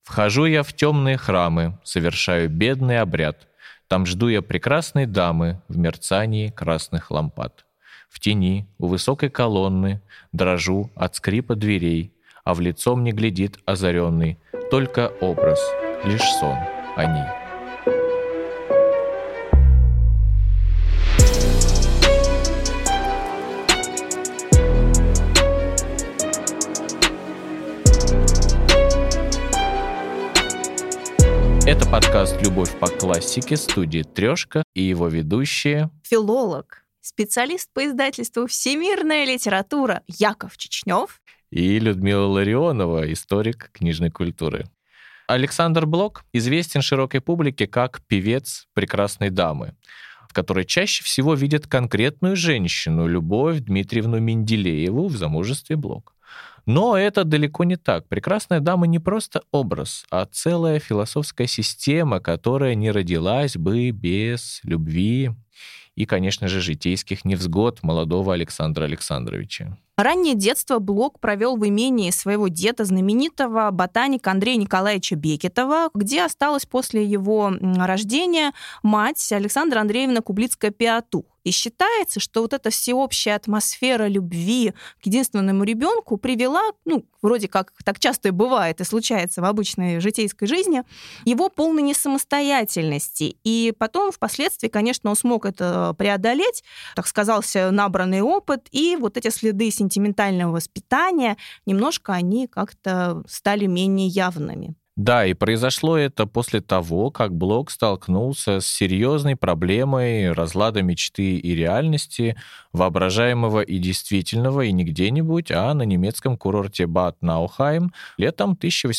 Вхожу я в темные храмы, совершаю бедный обряд. Там жду я прекрасной дамы в мерцании красных лампад. В тени у высокой колонны дрожу от скрипа дверей, а в лицо мне глядит озаренный только образ, лишь сон о ней. Это подкаст «Любовь по классике» студии «Трешка» и его ведущие филолог, специалист по издательству «Всемирная литература» Яков Чечнев и Людмила Ларионова, историк книжной культуры. Александр Блок известен широкой публике как певец прекрасной дамы, в которой чаще всего видят конкретную женщину, Любовь Дмитриевну Менделееву в замужестве Блок. Но это далеко не так. Прекрасная дама не просто образ, а целая философская система, которая не родилась бы без любви и, конечно же, житейских невзгод молодого Александра Александровича. Раннее детство Блок провел в имении своего деда, знаменитого ботаника Андрея Николаевича Бекетова, где осталась после его рождения мать Александра Андреевна Кублицкая-Пеатух. И считается, что вот эта всеобщая атмосфера любви к единственному ребенку привела, вроде как так часто и бывает и случается в обычной житейской жизни, его полной несамостоятельности. И потом, впоследствии, конечно, он смог это преодолеть, так сказался набранный опыт, и вот эти следы сентиментального воспитания, немножко они как-то стали менее явными. Да, и произошло это после того, как Блок столкнулся с серьезной проблемой разлада мечты и реальности, воображаемого и действительного, и не где-нибудь, а на немецком курорте Бад Наухайм летом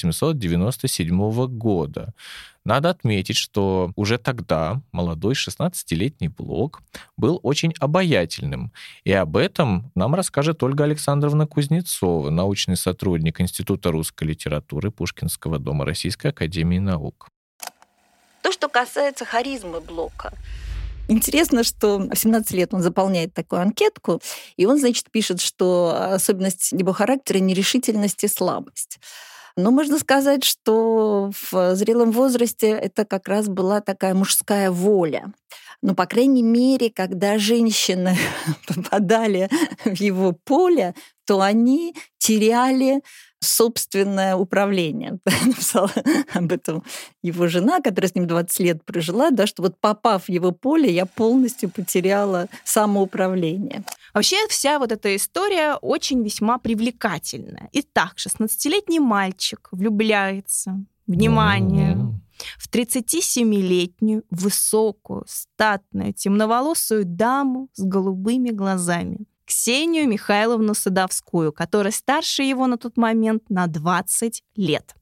1897 года. Надо отметить, что уже тогда молодой 16-летний Блок был очень обаятельным. И об этом нам расскажет Ольга Александровна Кузнецова, научный сотрудник Института русской литературы Пушкинского дома Российской академии наук. То, что касается харизмы Блока. Интересно, что в 17 лет он заполняет такую анкетку, и он, пишет, что особенность его характера — нерешительность и слабость. Но можно сказать, что в зрелом возрасте это как раз была такая мужская воля. Но, по крайней мере, когда женщины попадали в его поле, то они теряли собственное управление. Написала об этом его жена, которая с ним 20 лет прожила, что вот попав в его поле, я полностью потеряла самоуправление. Вообще вся вот эта история очень весьма привлекательная. Итак, 16-летний мальчик влюбляется, внимание, в 37-летнюю, высокую, статную, темноволосую даму с голубыми глазами. Ксению Михайловну Садовскую, которая старше его на тот момент на 20 лет.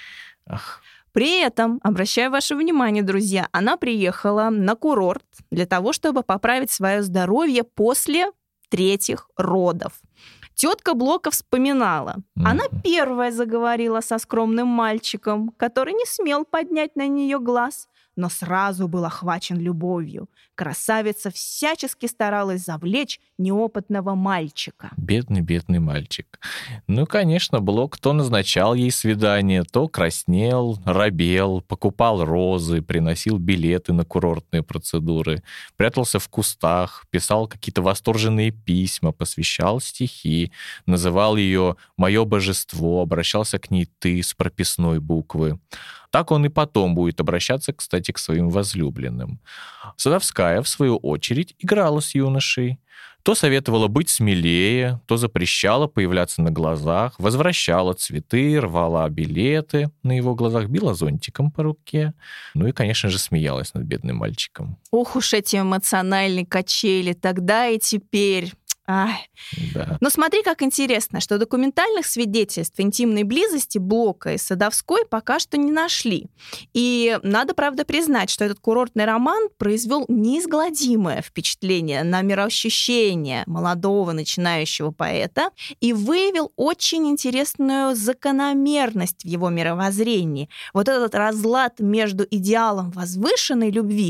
При этом, обращаю ваше внимание, друзья, она приехала на курорт для того, чтобы поправить свое здоровье после 3-х родов. Тетка Блока вспоминала. Она первая заговорила со скромным мальчиком, который не смел поднять на нее глаз, но сразу был охвачен любовью. Красавица всячески старалась завлечь неопытного мальчика. Бедный мальчик. Конечно, Блок то назначал ей свидание, то краснел, робел, покупал розы, приносил билеты на курортные процедуры, прятался в кустах, писал какие-то восторженные письма, посвящал стихи, называл ее «моё божество», обращался к ней «ты» с прописной буквы. Так он и потом будет обращаться, кстати, к своим возлюбленным. Садовская, в свою очередь, играла с юношей. То советовала быть смелее, то запрещала появляться на глазах, возвращала цветы, рвала билеты на его глазах, била зонтиком по руке. И, конечно же, смеялась над бедным мальчиком. Ох уж эти эмоциональные качели тогда и теперь. Да. Но смотри, как интересно, что документальных свидетельств интимной близости Блока и Садовской пока что не нашли. И надо, правда, признать, что этот курортный роман произвел неизгладимое впечатление на мироощущение молодого начинающего поэта и выявил очень интересную закономерность в его мировоззрении. Вот этот разлад между идеалом возвышенной любви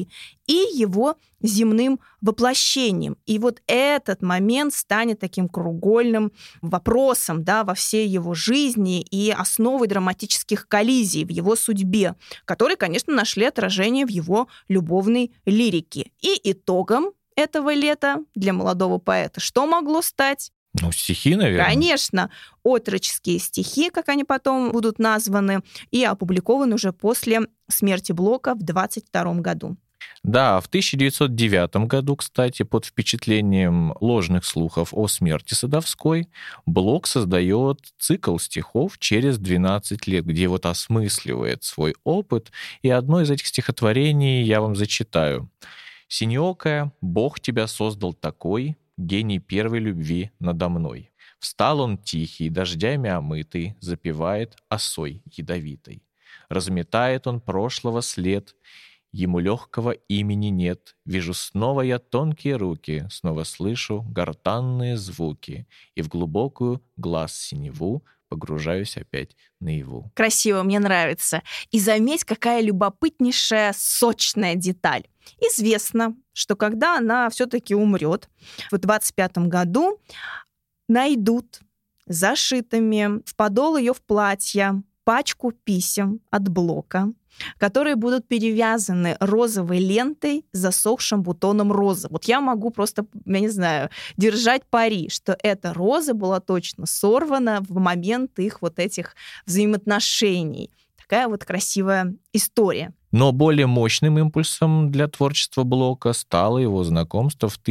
и его земным воплощением. И вот этот момент станет таким кругольным вопросом, да, во всей его жизни и основой драматических коллизий в его судьбе, которые, конечно, нашли отражение в его любовной лирике. И итогом этого лета для молодого поэта что могло стать? Ну, стихи, наверное. Конечно, отроческие стихи, как они потом будут названы, и опубликованы уже после смерти Блока в 1922 году. Да, в 1909 году, кстати, под впечатлением ложных слухов о смерти Садовской, Блок создает цикл стихов «Через 12 лет», где вот осмысливает свой опыт, и одно из этих стихотворений я вам зачитаю. «Синеокая, Бог тебя создал такой, гений первой любви надо мной. Встал он тихий, дождями омытый, запевает осой ядовитой. Разметает он прошлого след, ему легкого имени нет. Вижу снова я тонкие руки, снова слышу гортанные звуки, и в глубокую глаз синеву погружаюсь опять наяву». Красиво, мне нравится. И заметь, какая любопытнейшая, сочная деталь. Известно, что когда она все-таки умрет, в 1925 году найдут зашитыми в подол ее в платье пачку писем от Блока, которые будут перевязаны розовой лентой с засохшим бутоном розы. Вот я могу просто, я не знаю, держать пари, что эта роза была точно сорвана в момент их вот этих взаимоотношений. Такая вот красивая история. Но более мощным импульсом для творчества Блока стало его знакомство в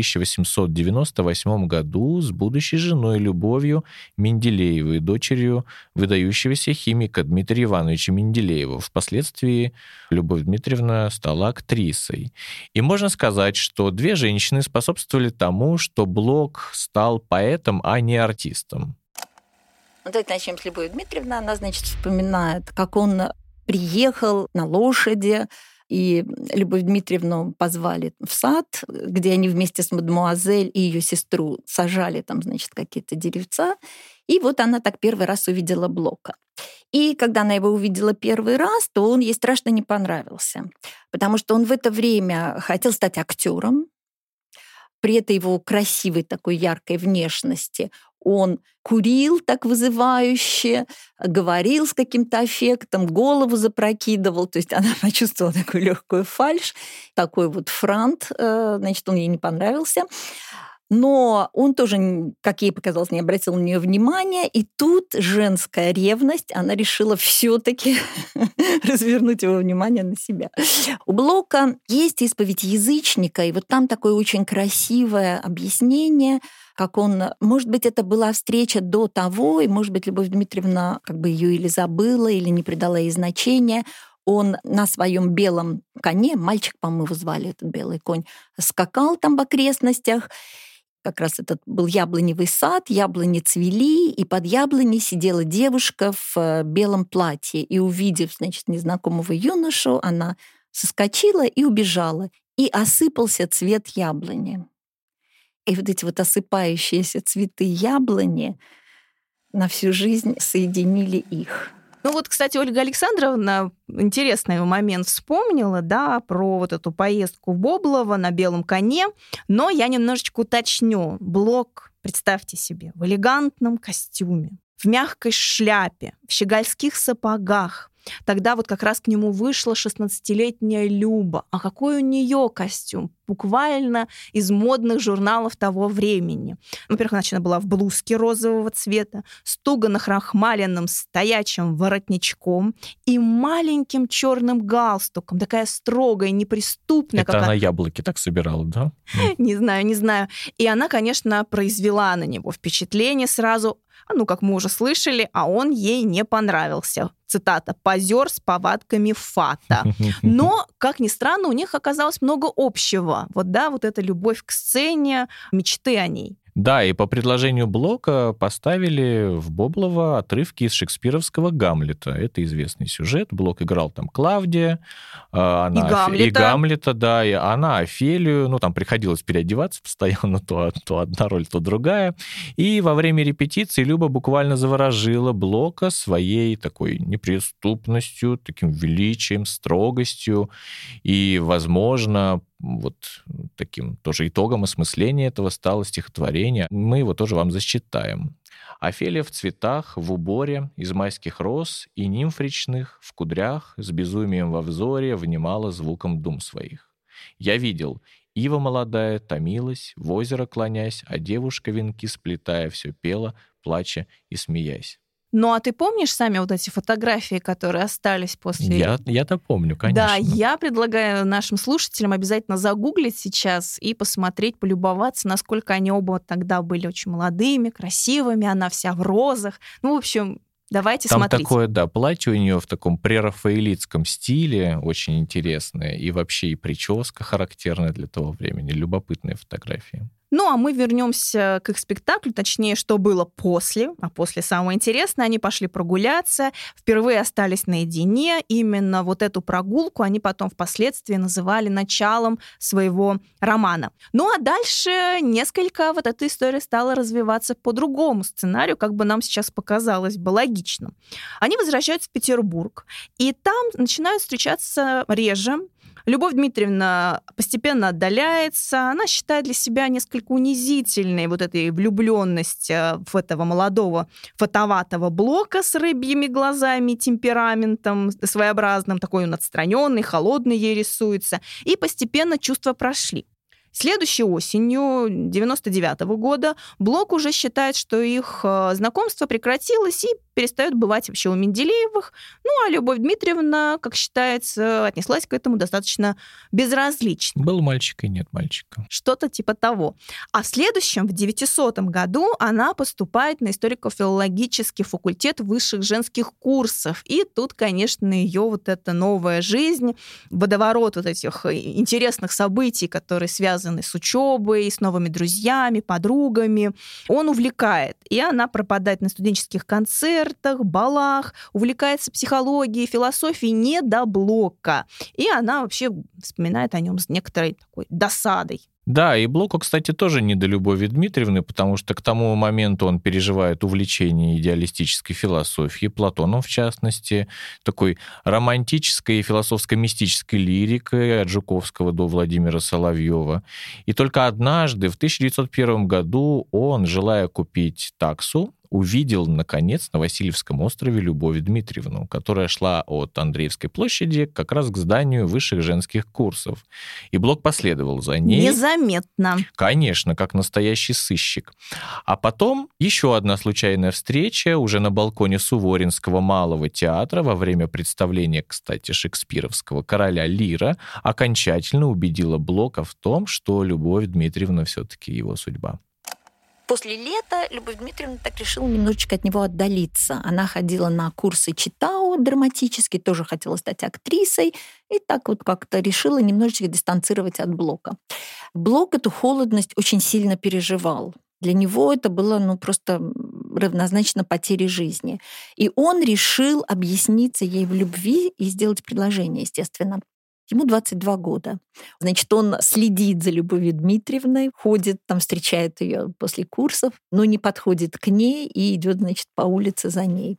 1898 году с будущей женой Любовью Менделеевой, дочерью выдающегося химика Дмитрия Ивановича Менделеева. Впоследствии Любовь Дмитриевна стала актрисой. И можно сказать, что две женщины способствовали тому, что Блок стал поэтом, а не артистом. Давайте начнем с Любовью Дмитриевны. Она, значит, вспоминает, как он приехал на лошади, и Любовь Дмитриевну позвали в сад, где они вместе с мадемуазель и ее сестру сажали там, значит, какие-то деревца. И вот она так первый раз увидела Блока. И когда она его увидела первый раз, то он ей страшно не понравился, потому что он в это время хотел стать актером. При этой его красивой такой яркой внешности он курил так вызывающе, говорил с каким-то аффектом, голову запрокидывал. То есть она почувствовала такую легкую фальшь, такой вот франт, значит, он ей не понравился. Но он тоже, как ей показалось, не обратил на нее внимания. И тут женская ревность, она решила все-таки развернуть его внимание на себя. У Блока есть исповедь язычника, и вот там такое очень красивое объяснение, как он... Может быть, это была встреча до того, и, может быть, Любовь Дмитриевна как бы ее или забыла, или не придала ей значения. Он на своем белом коне, мальчик, по-моему, его звали, этот белый конь, скакал там в окрестностях. Как раз этот был яблоневый сад, яблони цвели, и под яблоней сидела девушка в белом платье. И, увидев, значит, незнакомого юношу, она соскочила и убежала. И осыпался цвет яблони. И вот эти вот осыпающиеся цветы яблони на всю жизнь соединили их. Ну вот, кстати, Ольга Александровна интересный момент вспомнила, да, про вот эту поездку в Боблово на белом коне, но я немножечко уточню. Блок, представьте себе, в элегантном костюме, в мягкой шляпе, в щегольских сапогах. Тогда вот как раз к нему вышла 16-летняя Люба. А какой у нее костюм? Буквально из модных журналов того времени. Во-первых, она была в блузке розового цвета, с туго нахрахмаленным стоячим воротничком и маленьким черным галстуком. Такая строгая, неприступная. Это она яблоки так собирала, да? Не знаю. И она, конечно, произвела на него впечатление сразу. Ну, как мы уже слышали, а он ей не понравился. Цитата: «Позер с повадками фата». Но, как ни странно, у них оказалось много общего. Вот, да, вот эта любовь к сцене, мечты о ней. Да, и по предложению Блока поставили в Боблово отрывки из шекспировского «Гамлета». Это известный сюжет. Блок играл там Клавдия, и Гамлета, да, и она Офелию. Ну, там приходилось переодеваться постоянно, то одна роль, то другая. И во время репетиции Люба буквально заворожила Блока своей такой неприступностью, таким величием, строгостью. И, возможно, вот таким тоже итогом осмысления этого стало стихотворение. Мы его тоже вам зачитаем. «Офелия в цветах, в уборе, из майских роз и нимф речных, в кудрях, с безумием во взоре внимала звуком дум своих. Я видел, ива молодая томилась, в озеро клонясь, а девушка венки сплетая все пела, плача и смеясь». Ну, а ты помнишь сами вот эти фотографии, которые остались после... Я-то помню, конечно. Да, я предлагаю нашим слушателям обязательно загуглить сейчас и посмотреть, полюбоваться, насколько они оба тогда были очень молодыми, красивыми, она вся в розах. Ну, в общем, давайте Там смотреть. такое, да, платье у нее в таком прерафаэлитском стиле, очень интересное, и вообще и прическа характерная для того времени, любопытные фотографии. Ну, а мы вернемся к их спектаклю, точнее, что было после. А после самое интересное, они пошли прогуляться, впервые остались наедине. Именно вот эту прогулку они потом впоследствии называли началом своего романа. Ну, а дальше несколько вот эта история стала развиваться по другому сценарию, как бы нам сейчас показалось бы логичным. Они возвращаются в Петербург, и там начинают встречаться реже. Любовь Дмитриевна постепенно отдаляется, она считает для себя несколько унизительной вот этой влюбленность в этого молодого фотоватого Блока с рыбьими глазами, темпераментом своеобразным, такой он отстраненный, холодный ей рисуется, и постепенно чувства прошли. Следующей осенью 99-го года Блок уже считает, что их знакомство прекратилось и перестает бывать вообще у Менделеевых. Ну, а Любовь Дмитриевна, как считается, отнеслась к этому достаточно безразлично. Был мальчик и нет мальчика. Что-то типа того. А в следующем, в 900 году, она поступает на историко-филологический факультет высших женских курсов. И тут, конечно, ее вот эта новая жизнь, водоворот вот этих интересных событий, которые связаны с учебой, с новыми друзьями, подругами, он увлекает. И она пропадает на студенческих концертах, балах, увлекается психологией, философией не до Блока. И она вообще вспоминает о нем с некоторой такой досадой. Да, и Блоку, кстати, тоже не до Любови Дмитриевны, потому что к тому моменту он переживает увлечение идеалистической философией, Платоном в частности, такой романтической и философско-мистической лирикой от Жуковского до Владимира Соловьева. И только однажды, в 1901 году, он, желая купить таксу, увидел, наконец, на Васильевском острове Любовь Дмитриевну, которая шла от Андреевской площади как раз к зданию высших женских курсов. И Блок последовал за ней. Незаметно. Конечно, как настоящий сыщик. А потом еще одна случайная встреча уже на балконе Суворинского малого театра во время представления, кстати, шекспировского «Короля Лира» окончательно убедила Блока в том, что Любовь Дмитриевна все-таки его судьба. После лета Любовь Дмитриевна так решила немножечко от него отдалиться. Она ходила на курсы читао драматические, тоже хотела стать актрисой, и так вот как-то решила немножечко дистанцировать от Блока. Блок эту холодность очень сильно переживал. Для него это было просто равнозначно потере жизни. И он решил объясниться ей в любви и сделать предложение, естественно. Ему 22 года. Значит, он следит за Любовью Дмитриевной, ходит, там встречает ее после курсов, но не подходит к ней и идет, значит, по улице за ней.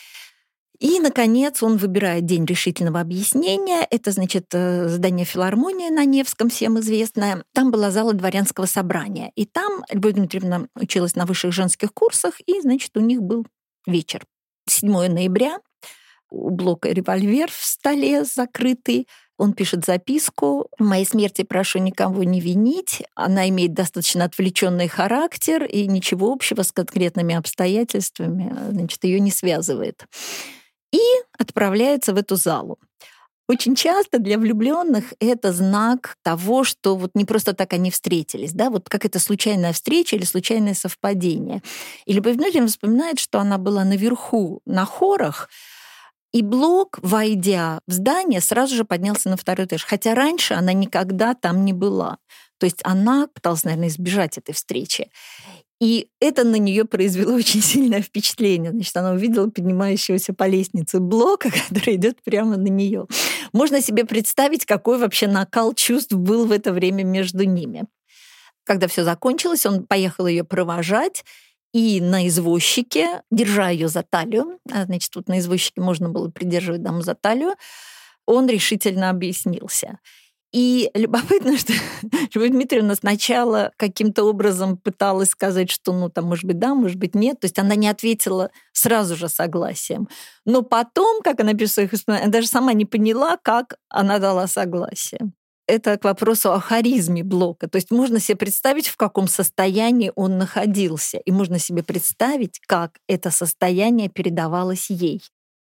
И, наконец, он выбирает день решительного объяснения. Это, значит, здание филармонии на Невском, всем известное. Там была зала дворянского собрания. И там Любовь Дмитриевна училась на высших женских курсах, и, значит, у них был вечер. 7 ноября, у Блока револьвер в столе закрытый. Он пишет записку: «В моей смерти прошу никого не винить. Она имеет достаточно отвлеченный характер и ничего общего с конкретными обстоятельствами, значит, ее не связывает». И отправляется в эту залу. Очень часто для влюбленных это знак того, что вот не просто так они встретились, да, вот как это случайная встреча или случайное совпадение. И Любовь Дмитриевна вспоминает, что она была наверху на хорах, и Блок, войдя в здание, сразу же поднялся на 2-й этаж. Хотя раньше она никогда там не была. То есть она пыталась, наверное, избежать этой встречи. И это на нее произвело очень сильное впечатление. Значит, она увидела поднимающегося по лестнице Блока, который идет прямо на нее. Можно себе представить, какой вообще накал чувств был в это время между ними. Когда все закончилось, он поехал ее провожать. И на извозчике, держа ее за талию, значит, тут на извозчике можно было придерживать даму за талию, он решительно объяснился. И любопытно, что Любовь Дмитриевна сначала каким-то образом пыталась сказать, что, там, может быть, да, может быть, нет. То есть она не ответила сразу же согласием. Но потом, как она пишет в своих воспоминаниях, она даже сама не поняла, как она дала согласие. Это к вопросу о харизме Блока. То есть можно себе представить, в каком состоянии он находился. И можно себе представить, как это состояние передавалось ей.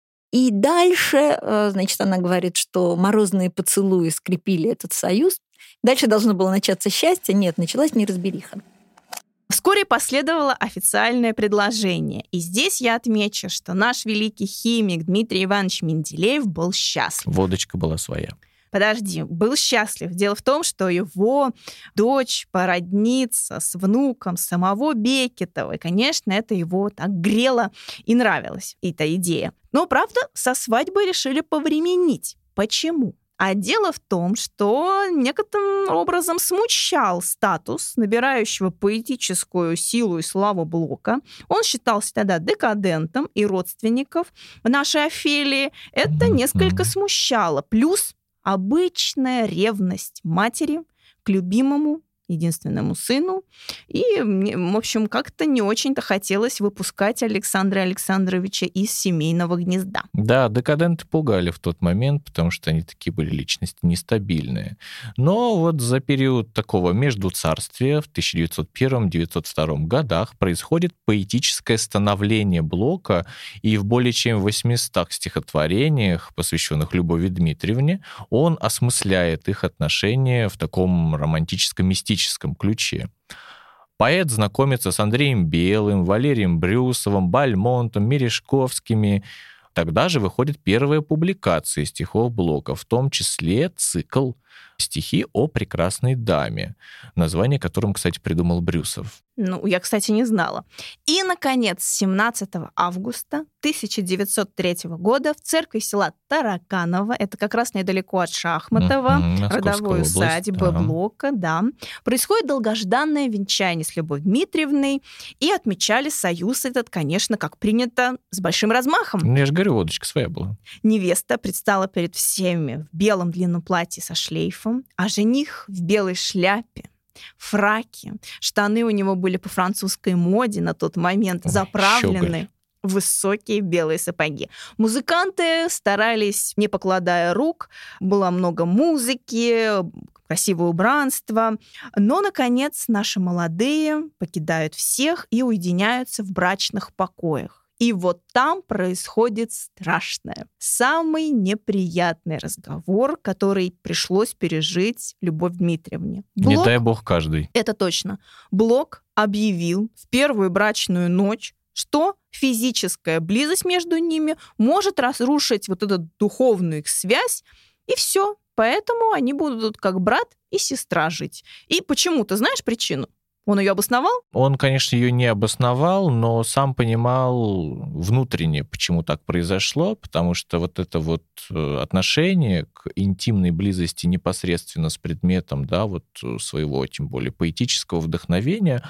И дальше, значит, она говорит, что морозные поцелуи скрепили этот союз. Дальше должно было начаться счастье. Нет, началась неразбериха. Вскоре последовало официальное предложение. И здесь я отмечу, что наш великий химик Дмитрий Иванович Менделеев был счастлив. Водочка была своя. Подожди, был счастлив. Дело в том, что его дочь породнится с внуком самого Беккетова. И, конечно, это его так грело и нравилось, эта идея. Но, правда, со свадьбой решили повременить. Почему? А дело в том, что некоторым образом смущал статус набирающего поэтическую силу и славу Блока. Он считался тогда декадентом, и родственников нашей Офелии это несколько смущало. Плюс обычная ревность матери к любимому единственному сыну. И, в общем, как-то не очень-то хотелось выпускать Александра Александровича из семейного гнезда. Да, декаденты пугали в тот момент, потому что они такие были личности нестабильные. Но вот за период такого междуцарствия в 1901-1902 годах происходит поэтическое становление Блока, и в более чем 800 стихотворениях, посвященных Любови Дмитриевне, он осмысляет их отношения в таком романтическо-мистическом ключе. Поэт знакомится с Андреем Белым, Валерием Брюсовым, Бальмонтом, Мережковскими. Тогда же выходит первая публикация стихов Блока, в том числе цикл «Стихи о прекрасной даме», название которым, кстати, придумал Брюсов. Я, кстати, не знала. И, наконец, 17 августа 1903 года в церкви села Тараканово, это как раз недалеко от Шахматова, родовой усадьбы Блока, происходит долгожданное венчание с Любовью Дмитриевной, и отмечали союз этот, конечно, как принято, с большим размахом. Я же говорю, водочка своя была. Невеста предстала перед всеми в белом длинном платье со шлейфом, а жених в белой шляпе, фраке. Штаны у него были по французской моде на тот момент, заправлены в высокие белые сапоги. Музыканты старались, не покладая рук, было много музыки, красивое убранство. Но, наконец, наши молодые покидают всех и уединяются в брачных покоях. И вот там происходит страшное, самый неприятный разговор, который пришлось пережить Любовь Дмитриевне. Не дай бог каждый. Это точно. Блок объявил в первую брачную ночь, что физическая близость между ними может разрушить вот эту духовную их связь, и все. Поэтому они будут как брат и сестра жить. И почему? Ты знаешь причину? Он ее обосновал? Он, конечно, ее не обосновал, но сам понимал внутренне, почему так произошло, потому что вот это вот отношение к интимной близости непосредственно с предметом, своего, тем более, поэтического вдохновения,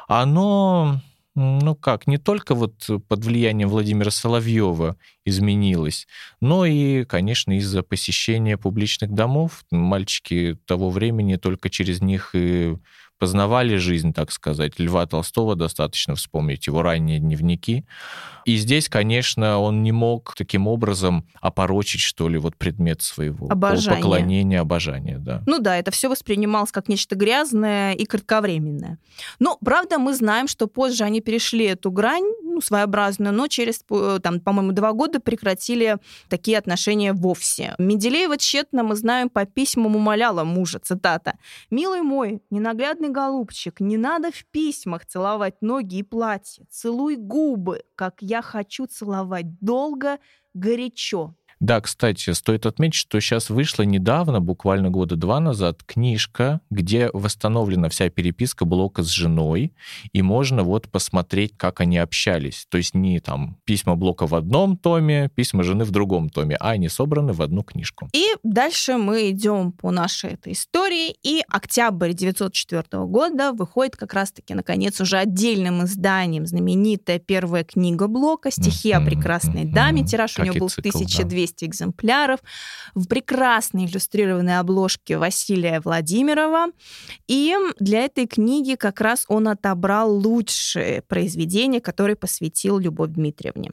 оно... не только под влиянием Владимира Соловьева изменилось, но и, конечно, из-за посещения публичных домов. Мальчики того времени только через них и познавали жизнь, так сказать. Льва Толстого достаточно вспомнить, его ранние дневники. И здесь, конечно, он не мог таким образом опорочить, что ли, предмет своего поклонения, обожания. Да. Это все воспринималось как нечто грязное и кратковременное. Но, правда, мы знаем, что позже они перешли эту грань, своеобразную, но через, по-моему, 2 года прекратили такие отношения вовсе. Менделеева тщетно, мы знаем, по письмам умоляла мужа, цитата: «Милый мой, ненаглядный голубчик, не надо в письмах целовать ноги и платья. Целуй губы, как я хочу целовать, долго, горячо». Да, кстати, стоит отметить, что сейчас вышла недавно, буквально 2 года назад, книжка, где восстановлена вся переписка Блока с женой, и можно посмотреть, как они общались. То есть не письма Блока в одном томе, письма жены в другом томе, а они собраны в одну книжку. И дальше мы идем по нашей этой истории, и октябрь 1904 года выходит как раз-таки, наконец, уже отдельным изданием знаменитая первая книга Блока «Стихи о прекрасной даме». Тираж у него был 1200 200 экземпляров в прекрасной иллюстрированной обложке Василия Владимирова. И для этой книги как раз он отобрал лучшие произведения, которые посвятил Любовь Дмитриевне.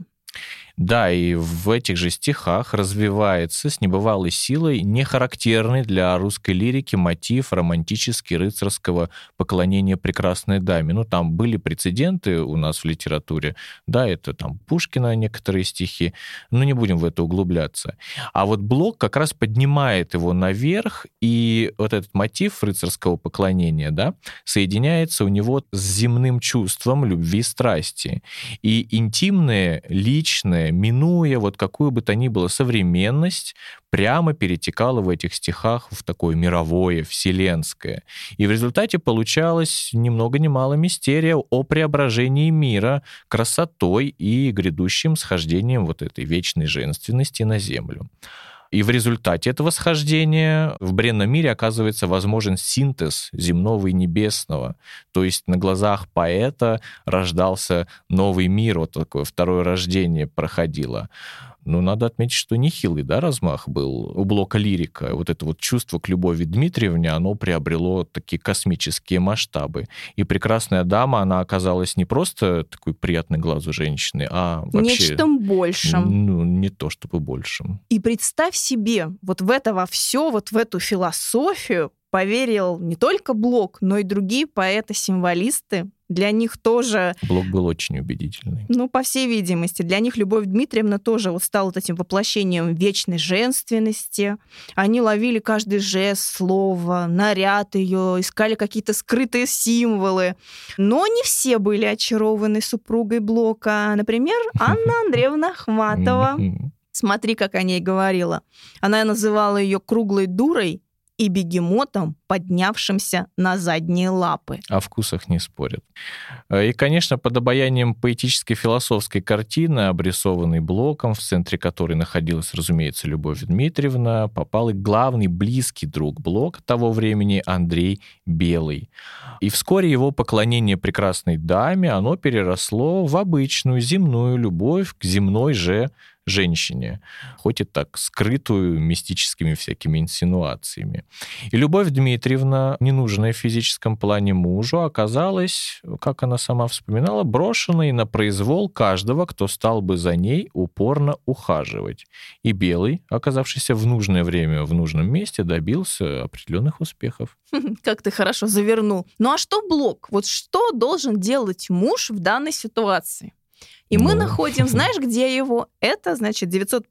Да, и в этих же стихах развивается с небывалой силой нехарактерный для русской лирики мотив романтический рыцарского поклонения прекрасной даме. Ну, там были прецеденты у нас в литературе, да, это там Пушкина некоторые стихи, но не будем в это углубляться. А вот Блок как раз поднимает его наверх, и вот этот мотив рыцарского поклонения, да, соединяется у него с земным чувством любви и страсти. И интимное, личное, минуя вот какую бы то ни было современность, прямо перетекало в этих стихах в такое мировое, вселенское. И в результате получалась ни много ни мало мистерия о преображении мира красотой и грядущим схождением вот этой вечной женственности на землю. И в результате этого схождения в бренном мире оказывается возможен синтез земного и небесного. То есть на глазах поэта рождался новый мир, вот такое второе рождение проходило. Ну, надо отметить, что нехилый, да, размах был у Блока лирика. Вот это вот чувство к Любови Дмитриевне, оно приобрело такие космические масштабы. И прекрасная дама, она оказалась не просто такой приятной глазу женщины, а вообще... Нечто большим. Ну, не то чтобы большим. И представь себе, вот в это во все, вот в эту философию поверил не только Блок, но и другие поэты-символисты. Для них тоже... Блок был очень убедительный. Ну, по всей видимости. Для них Любовь Дмитриевна тоже вот стала вот этим воплощением вечной женственности. Они ловили каждый жест, слово, наряд ее, искали какие-то скрытые символы. Но не все были очарованы супругой Блока. Например, Анна Андреевна Ахматова. Смотри, как о ней говорила. Она называла ее круглой дурой и бегемотом, поднявшимся на задние лапы. О вкусах не спорят. И, конечно, под обаянием поэтической философской картины, обрисованной Блоком, в центре которой находилась, разумеется, Любовь Дмитриевна, попал и главный близкий друг Блока того времени Андрей Белый. И вскоре его поклонение прекрасной даме, оно переросло в обычную земную любовь к земной же женщине, хоть и так скрытую мистическими всякими инсинуациями. И Любовь Дмитриевна, ненужная в физическом плане мужу, оказалась, как она сама вспоминала, брошенной на произвол каждого, кто стал бы за ней упорно ухаживать. И Белый, оказавшийся в нужное время в нужном месте, добился определенных успехов. Как ты хорошо завернул. Ну а что Блок? Вот что должен делать муж в данной ситуации? И мы находим, знаешь, где его? Это, значит,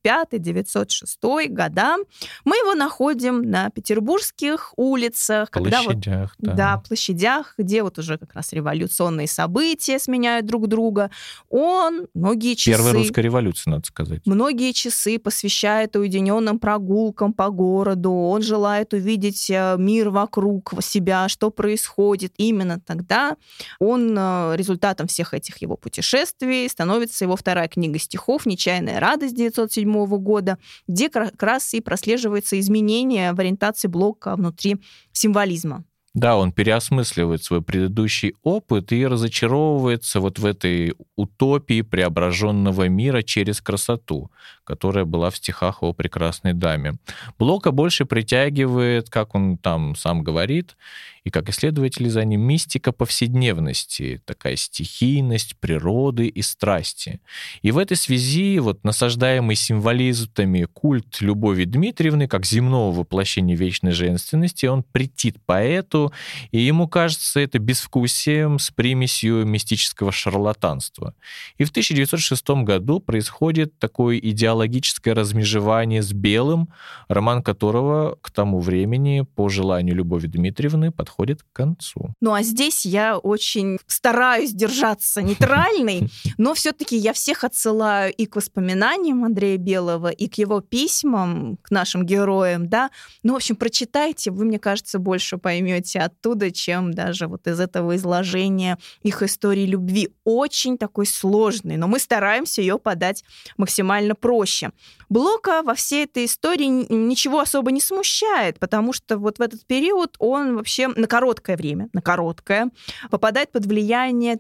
905-906 года. Мы его находим на петербургских улицах. Площадях, вот, да, площадях, где вот уже как раз революционные события сменяют друг друга. Он многие часы... Первая русская революция, надо сказать. Многие часы посвящает уединенным прогулкам по городу. Он желает увидеть мир вокруг себя, что происходит. Именно тогда он результатом всех этих его путешествий становится его вторая книга стихов «Нечаянная радость» 1907 года, где как раз и прослеживается изменение в ориентации Блока внутри символизма. Да, он переосмысливает свой предыдущий опыт и разочаровывается вот в этой утопии преображенного мира через красоту, которая была в стихах о прекрасной даме. Блока больше притягивает, как он там сам говорит, и как исследователи за ним, мистика повседневности, такая стихийность природы и страсти. И в этой связи вот насаждаемый символизмами культ Любови Дмитриевны, как земного воплощения вечной женственности, он претит поэту, и ему кажется это безвкусием с примесью мистического шарлатанства. И в 1906 году происходит такое идеологическое размежевание с Белым, роман которого к тому времени, по желанию Любови Дмитриевны, подходит к концу. Ну а здесь я очень стараюсь держаться нейтральной, но все-таки я всех отсылаю и к воспоминаниям Андрея Белого, и к его письмам, к нашим героям, да. Ну, в общем, прочитайте, вы, мне кажется, больше поймете оттуда, чем даже вот из этого изложения их истории любви. Очень такой сложный, но мы стараемся ее подать максимально проще. Блока во всей этой истории ничего особо не смущает, потому что вот в этот период он вообще на короткое время, попадает под влияние такой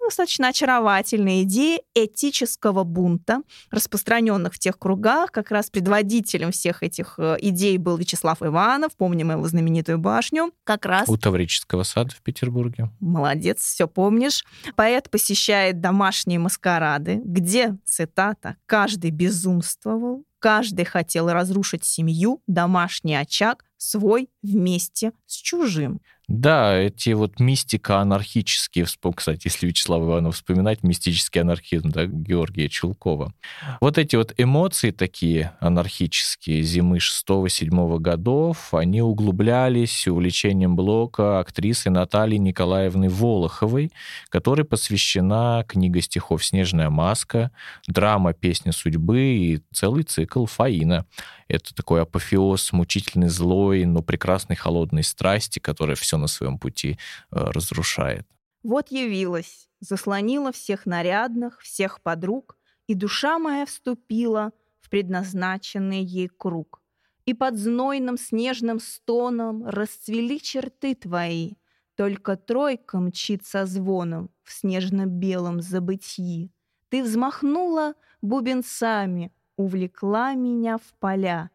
достаточно очаровательная идея этического бунта, распространенных в тех кругах. Как раз предводителем всех этих идей был Вячеслав Иванов, помним его знаменитую башню. Как раз... У Таврического сада в Петербурге. Молодец, все помнишь. Поэт посещает домашние маскарады, где, цитата, «каждый безумствовал, каждый хотел разрушить семью, домашний очаг, свой вместе с чужим». Да, эти вот мистико-анархические, кстати, если Вячеслав Иванов вспоминать, мистический анархизм, да, Георгия Чулкова. Вот эти вот эмоции такие анархические зимы 6-7 годов, они углублялись увлечением Блока актрисой Натальей Николаевны Волоховой, которой посвящена книга стихов «Снежная маска», драма «Песня судьбы» и целый цикл «Фаина». Это такой апофеоз мучительной злой, но прекрасной холодной страсти, которая все на своем пути разрушает. Вот явилась, заслонила всех нарядных, всех подруг, и душа моя вступила в предназначенный ей круг. И под знойным снежным стоном расцвели черты твои, только тройка мчит со звоном в снежно-белом забытьи. Ты взмахнула бубенцами, увлекла меня в поля,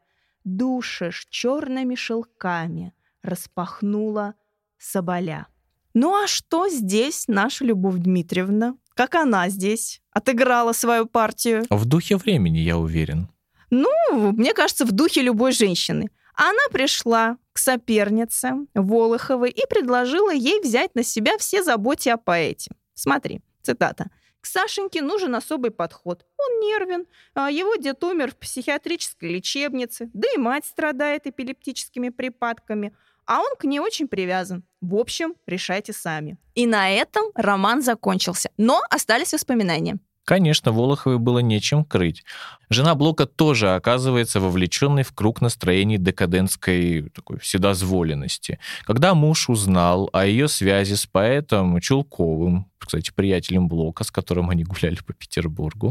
душишь черными шелками, распахнула соболя. Ну а что здесь наша Любовь Дмитриевна? Как она здесь отыграла свою партию? В духе времени, я уверен. Ну, мне кажется, в духе любой женщины. Она пришла к сопернице Волоховой и предложила ей взять на себя все заботы о поэте. Смотри, цитата. «К Сашеньке нужен особый подход. Он нервен, его дед умер в психиатрической лечебнице, да и мать страдает эпилептическими припадками, а он к ней очень привязан. В общем, решайте сами». И на этом роман закончился. Но остались воспоминания. Конечно, Волоховой было нечем крыть. Жена Блока тоже оказывается вовлеченной в круг настроений декадентской такой вседозволенности. Когда муж узнал о ее связи с поэтом Чулковым, кстати, приятелем Блока, с которым они гуляли по Петербургу,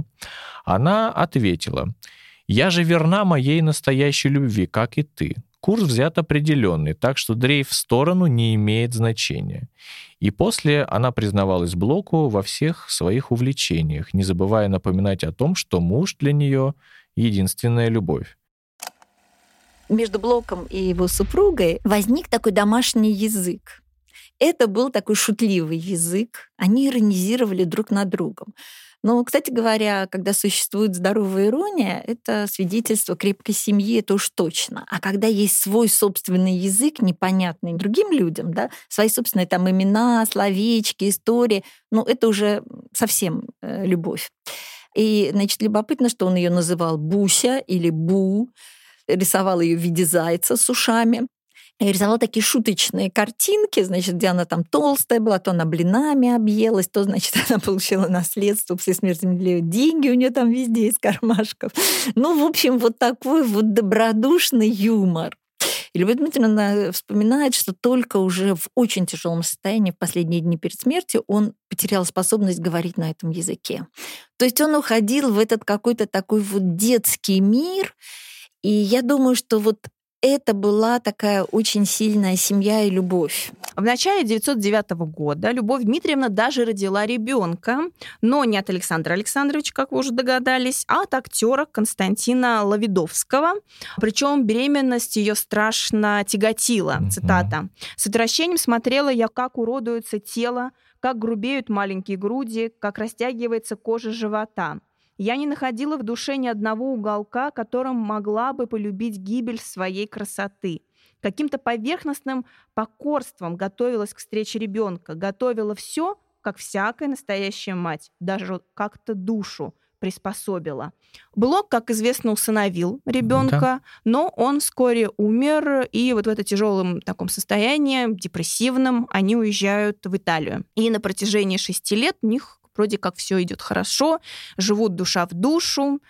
она ответила: «Я же верна моей настоящей любви, как и ты. Курс взят определенный, так что дрейф в сторону не имеет значения». И после она признавалась Блоку во всех своих увлечениях, не забывая напоминать о том, что муж для нее — единственная любовь. Между Блоком и его супругой возник такой домашний язык. Это был такой шутливый язык. Они иронизировали друг над другом. Но, кстати говоря, когда существует здоровая ирония, это свидетельство крепкой семьи, это уж точно. А когда есть свой собственный язык, непонятный другим людям, да, свои собственные там имена, словечки, истории, ну, это уже совсем любовь. И, значит, любопытно, что он ее называл Буся или Бу, рисовал ее в виде зайца с ушами. Я рисовала такие шуточные картинки, значит, где она там толстая была, то она блинами объелась, то, значит, она получила наследство, после смерти Менделеева деньги у нее там везде из кармашков. Ну, в общем, вот такой вот добродушный юмор. И Любовь Дмитриевна вспоминает, что только уже в очень тяжелом состоянии в последние дни перед смертью он потерял способность говорить на этом языке. То есть он уходил в этот какой-то такой вот детский мир, и я думаю, что вот это была такая очень сильная семья и любовь. В начале 1909 года Любовь Дмитриевна даже родила ребенка, но не от Александра Александровича, как вы уже догадались, а от актера Константина Лавидовского. Причем беременность ее страшно тяготила. Цитата. «С отвращением смотрела я, как уродуется тело, как грубеют маленькие груди, как растягивается кожа живота. Я не находила в душе ни одного уголка, которым могла бы полюбить гибель своей красоты. Каким-то поверхностным покорством готовилась к встрече ребенка, готовила все, как всякая настоящая мать, даже как-то душу приспособила». Блок, как известно, усыновил ребенка, да, но он вскоре умер, и вот в это тяжелом таком состоянии, депрессивном, они уезжают в Италию. И на протяжении 6 лет у них вроде как все идет хорошо, живут душа в душу,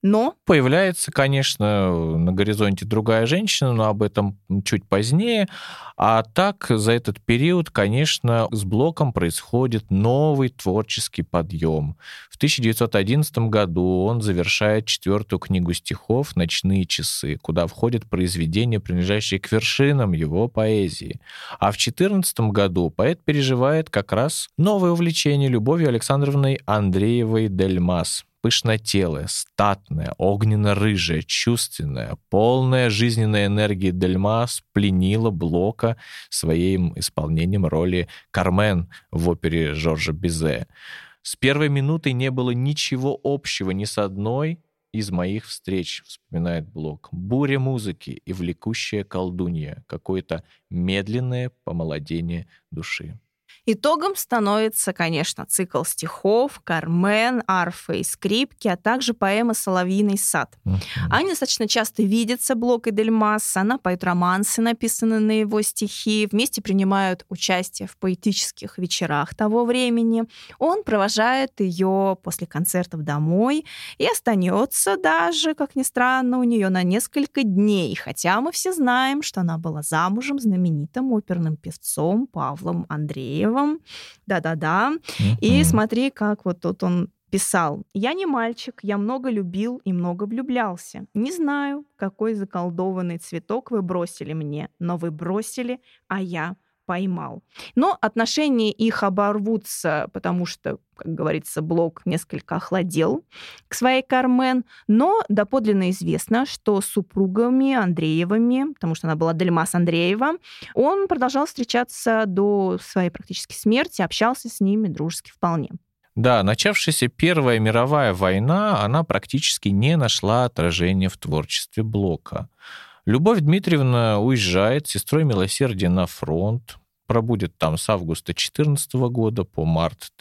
Но появляется, конечно, на горизонте другая женщина, но об этом чуть позднее. А так, за этот период, конечно, с Блоком происходит новый творческий подъем. В 1911 году он завершает 4-ю книгу стихов «Ночные часы», куда входят произведения, принадлежащие к вершинам его поэзии. А в 2014 году поэт переживает как раз новое увлечение Любовью Александровной Андреевой-Дельмас. Пышнотелая, статная, огненно-рыжая, чувственная, полная жизненной энергии Дельмас пленила Блока своим исполнением роли Кармен в опере Жоржа Бизе. «С первой минуты не было ничего общего ни с одной из моих встреч», вспоминает Блок. «Буря музыки и влекущая колдунья, какое-то медленное помолодение души». Итогом становится, конечно, цикл стихов «Кармен», «Арфа и скрипки», а также поэма «Соловьиный сад». Они достаточно часто видятся, Блок и Дельмас. Она поет романсы, написанные на его стихи. Вместе принимают участие в поэтических вечерах того времени. Он провожает ее после концертов домой и остается даже, как ни странно, у нее на несколько дней. Хотя мы все знаем, что она была замужем знаменитым оперным певцом Павлом Андреевым. Да-да-да. И смотри, как вот тут он писал. «Я не мальчик, я много любил и много влюблялся. Не знаю, какой заколдованный цветок вы бросили мне, но вы бросили, а я поймал». Но отношения их оборвутся, потому что, как говорится, Блок несколько охладел к своей Кармен, но доподлинно известно, что с супругами Андреевыми, потому что она была Дельмас Андреева, он продолжал встречаться до своей практически смерти, общался с ними дружески вполне. Да, начавшаяся Первая мировая война, она практически не нашла отражения в творчестве Блока. Любовь Дмитриевна уезжает с сестрой милосердия на фронт, пробудет там с августа 2014 года по март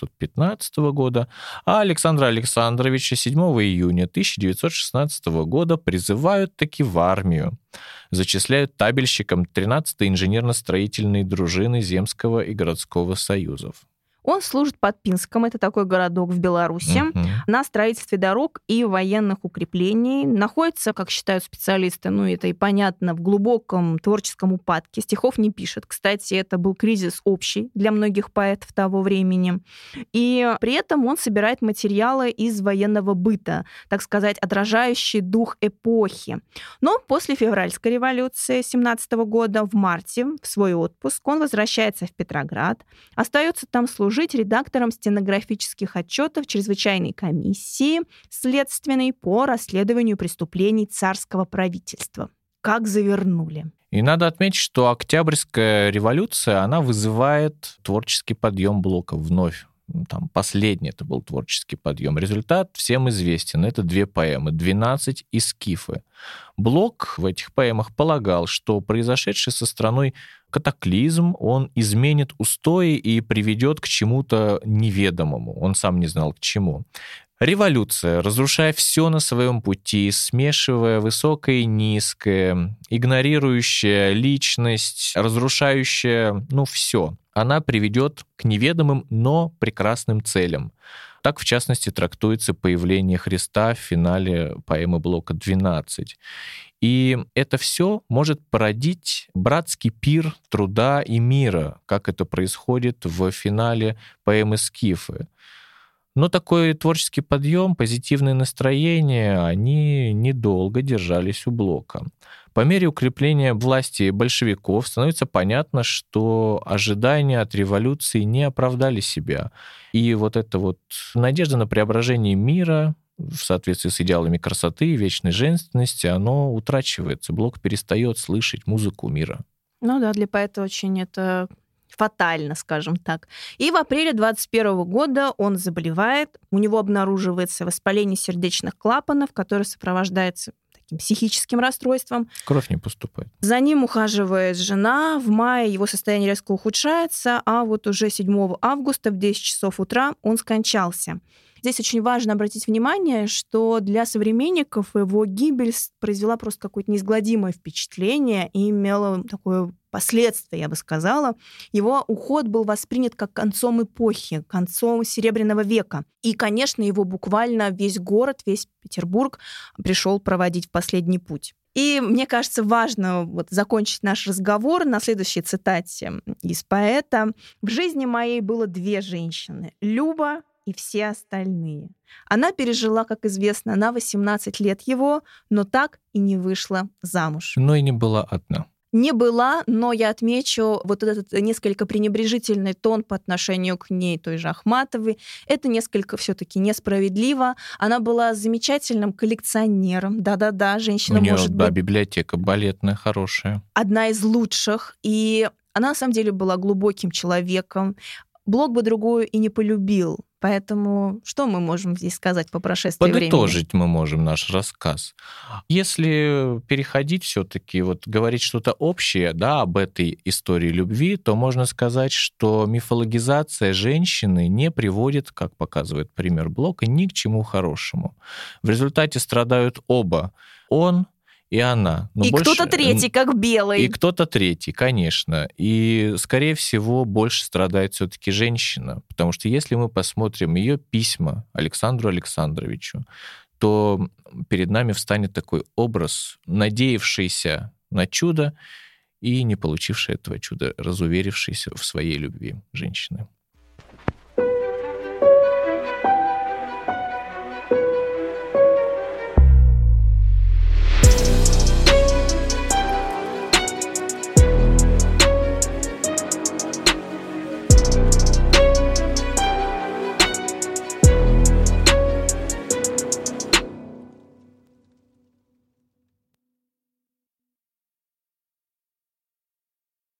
1915 года, а Александра Александровича 7 июня 1916 года призывают таки в армию. Зачисляют табельщиком 13-й инженерно-строительной дружины Земского и городского союзов. Он служит под Пинском, это такой городок в Беларуси, на строительстве дорог и военных укреплений. Находится, как считают специалисты, ну это и понятно, в глубоком творческом упадке. Стихов не пишет. Кстати, это был кризис общий для многих поэтов того времени. И при этом он собирает материалы из военного быта, так сказать, отражающий дух эпохи. Но после февральской революции 17 года в марте в свой отпуск он возвращается в Петроград, остается там служить редактором стенографических отчетов чрезвычайной комиссии следственной по расследованию преступлений царского правительства. Как завернули. И надо отметить, что Октябрьская революция, она вызывает творческий подъем Блока вновь. Там последний это был творческий подъем. Результат всем известен. Это 2 поэмы «12» и «Скифы». Блок в этих поэмах полагал, что произошедший со страной катаклизм, он изменит устои и приведет к чему-то неведомому. Он сам не знал, к чему. Революция, разрушая все на своем пути, смешивая высокое и низкое, игнорирующая личность, разрушающая, все, она приведет к неведомым, но прекрасным целям. Так, в частности, трактуется появление Христа в финале поэмы Блока «12». И это все может породить братский пир труда и мира, как это происходит в финале поэмы «Скифы». Но такой творческий подъем, позитивное настроение, они недолго держались у Блока. По мере укрепления власти большевиков становится понятно, что ожидания от революции не оправдали себя. И вот эта вот надежда на преображение мира в соответствии с идеалами красоты и вечной женственности, оно утрачивается. Блок перестает слышать музыку мира. Ну да, для поэта очень это фатально, скажем так. И в апреле 21 года он заболевает, у него обнаруживается воспаление сердечных клапанов, которое сопровождается таким психическим расстройством. Кровь не поступает. За ним ухаживает жена. В мае его состояние резко ухудшается, а вот уже 7 августа в 10 часов утра он скончался. Здесь очень важно обратить внимание, что для современников его гибель произвела просто какое-то неизгладимое впечатление и имела такое последствие, я бы сказала. Его уход был воспринят как концом эпохи, концом Серебряного века. И, конечно, его буквально весь город, весь Петербург пришел проводить в последний путь. И мне кажется, важно закончить наш разговор на следующей цитате из поэта. «В жизни моей было 2 женщины — Люба и все остальные. Она пережила, как известно, на 18 лет его, но так и не вышла замуж». Но и не была одна. Не была, но я отмечу этот несколько пренебрежительный тон по отношению к ней, той же Ахматовой. Это несколько все-таки несправедливо. Она была замечательным коллекционером. Да-да-да, женщина У нее, может быть... библиотека балетная хорошая. Одна из лучших. И она на самом деле была глубоким человеком. Блок бы другую и не полюбил. Поэтому что мы можем здесь сказать по прошествии времени? Подытожить мы можем наш рассказ. Если переходить все-таки, говорить что-то общее, об этой истории любви, то можно сказать, что мифологизация женщины не приводит, как показывает пример Блока, ни к чему хорошему. В результате страдают оба. Он и она. Но и больше... кто-то третий, как Белый. И кто-то третий, конечно. И, скорее всего, больше страдает все-таки женщина. Потому что если мы посмотрим ее письма Александру Александровичу, то перед нами встанет такой образ, надеявшийся на чудо и не получивший этого чуда, разуверившийся в своей любви женщины.